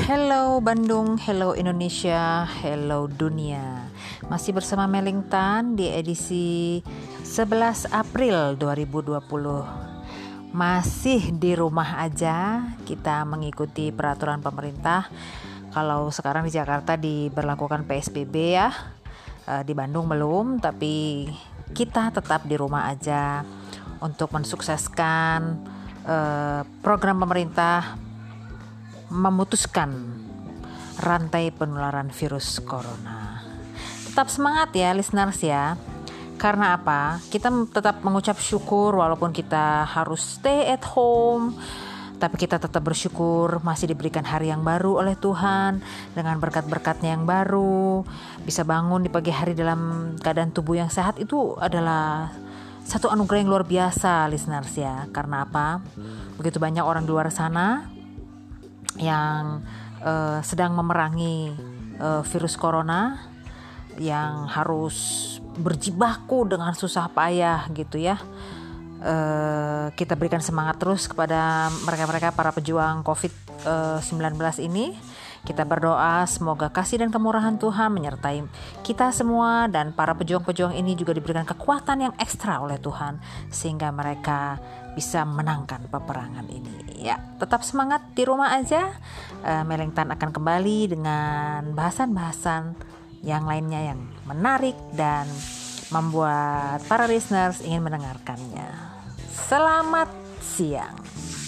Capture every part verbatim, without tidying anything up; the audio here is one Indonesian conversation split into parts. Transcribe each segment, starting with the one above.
Hello Bandung, hello Indonesia, hello dunia. Masih bersama Melingtan di edisi sebelas April dua ribu dua puluh. Masih di rumah aja, kita mengikuti peraturan pemerintah. Kalau sekarang di Jakarta diberlakukan P S B B ya, di Bandung belum, tapi kita tetap di rumah aja untuk mensukseskan eh, program pemerintah memutuskan rantai penularan virus corona. Tetap semangat ya listeners ya. Karena apa? Kita tetap mengucap syukur walaupun kita harus stay at home, tapi kita tetap bersyukur masih diberikan hari yang baru oleh Tuhan dengan berkat-berkatnya yang baru. Bisa bangun di pagi hari dalam keadaan tubuh yang sehat itu adalah satu anugerah yang luar biasa listeners ya. Karena apa? Begitu banyak orang di luar sana yang uh, sedang memerangi uh, virus corona, yang harus berjibaku dengan susah payah gitu ya. Uh, kita berikan semangat terus kepada mereka-mereka para pejuang covid sembilan belas ini. Kita berdoa semoga kasih dan kemurahan Tuhan menyertai kita semua, dan para pejuang-pejuang ini juga diberikan kekuatan yang ekstra oleh Tuhan sehingga mereka bisa menangkan peperangan ini. Ya, tetap semangat di rumah aja. Uh, Melingtan akan kembali dengan bahasan-bahasan yang lainnya yang menarik dan membuat para listeners ingin mendengarkannya. Selamat siang.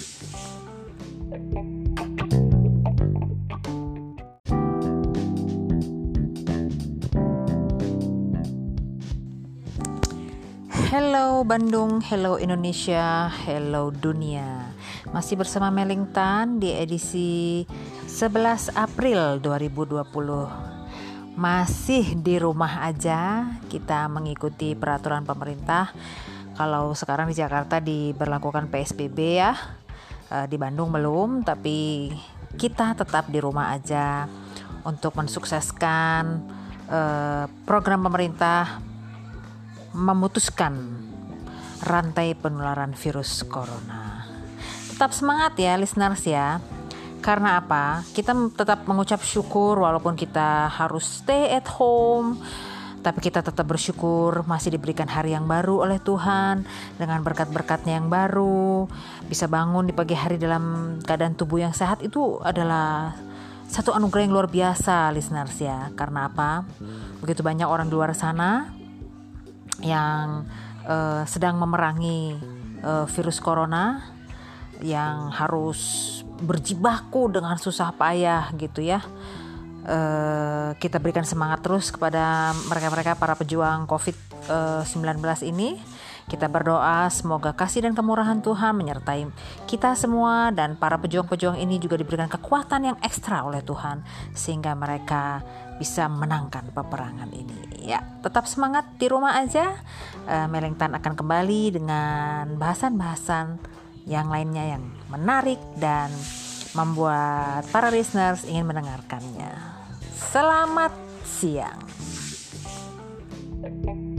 Hello Bandung, hello Indonesia, hello dunia. Masih bersama Melingtan di edisi sebelas April dua ribu dua puluh. Masih di rumah aja, kita mengikuti peraturan pemerintah. Kalau sekarang di Jakarta diberlakukan P S B B ya, di Bandung belum, tapi kita tetap di rumah aja untuk mensukseskan eh, program pemerintah memutuskan rantai penularan virus corona. Tetap semangat ya listeners ya. Karena apa? Kita tetap mengucap syukur walaupun kita harus stay at home, tapi kita tetap bersyukur masih diberikan hari yang baru oleh Tuhan dengan berkat-berkatnya yang baru. Bisa bangun di pagi hari dalam keadaan tubuh yang sehat itu adalah satu anugerah yang luar biasa listeners ya. Karena apa? Begitu banyak orang di luar sana yang uh, sedang memerangi uh, virus corona, yang harus berjibaku dengan susah payah gitu ya. Uh, kita berikan semangat terus kepada mereka-mereka para pejuang covid sembilan belas ini. Kita berdoa semoga kasih dan kemurahan Tuhan menyertai kita semua, dan para pejuang-pejuang ini juga diberikan kekuatan yang ekstra oleh Tuhan sehingga mereka bisa menangkan peperangan ini. Ya, tetap semangat di rumah aja. Uh, Melingtan akan kembali dengan bahasan-bahasan yang lainnya yang menarik dan membuat para listeners ingin mendengarkannya. Selamat siang.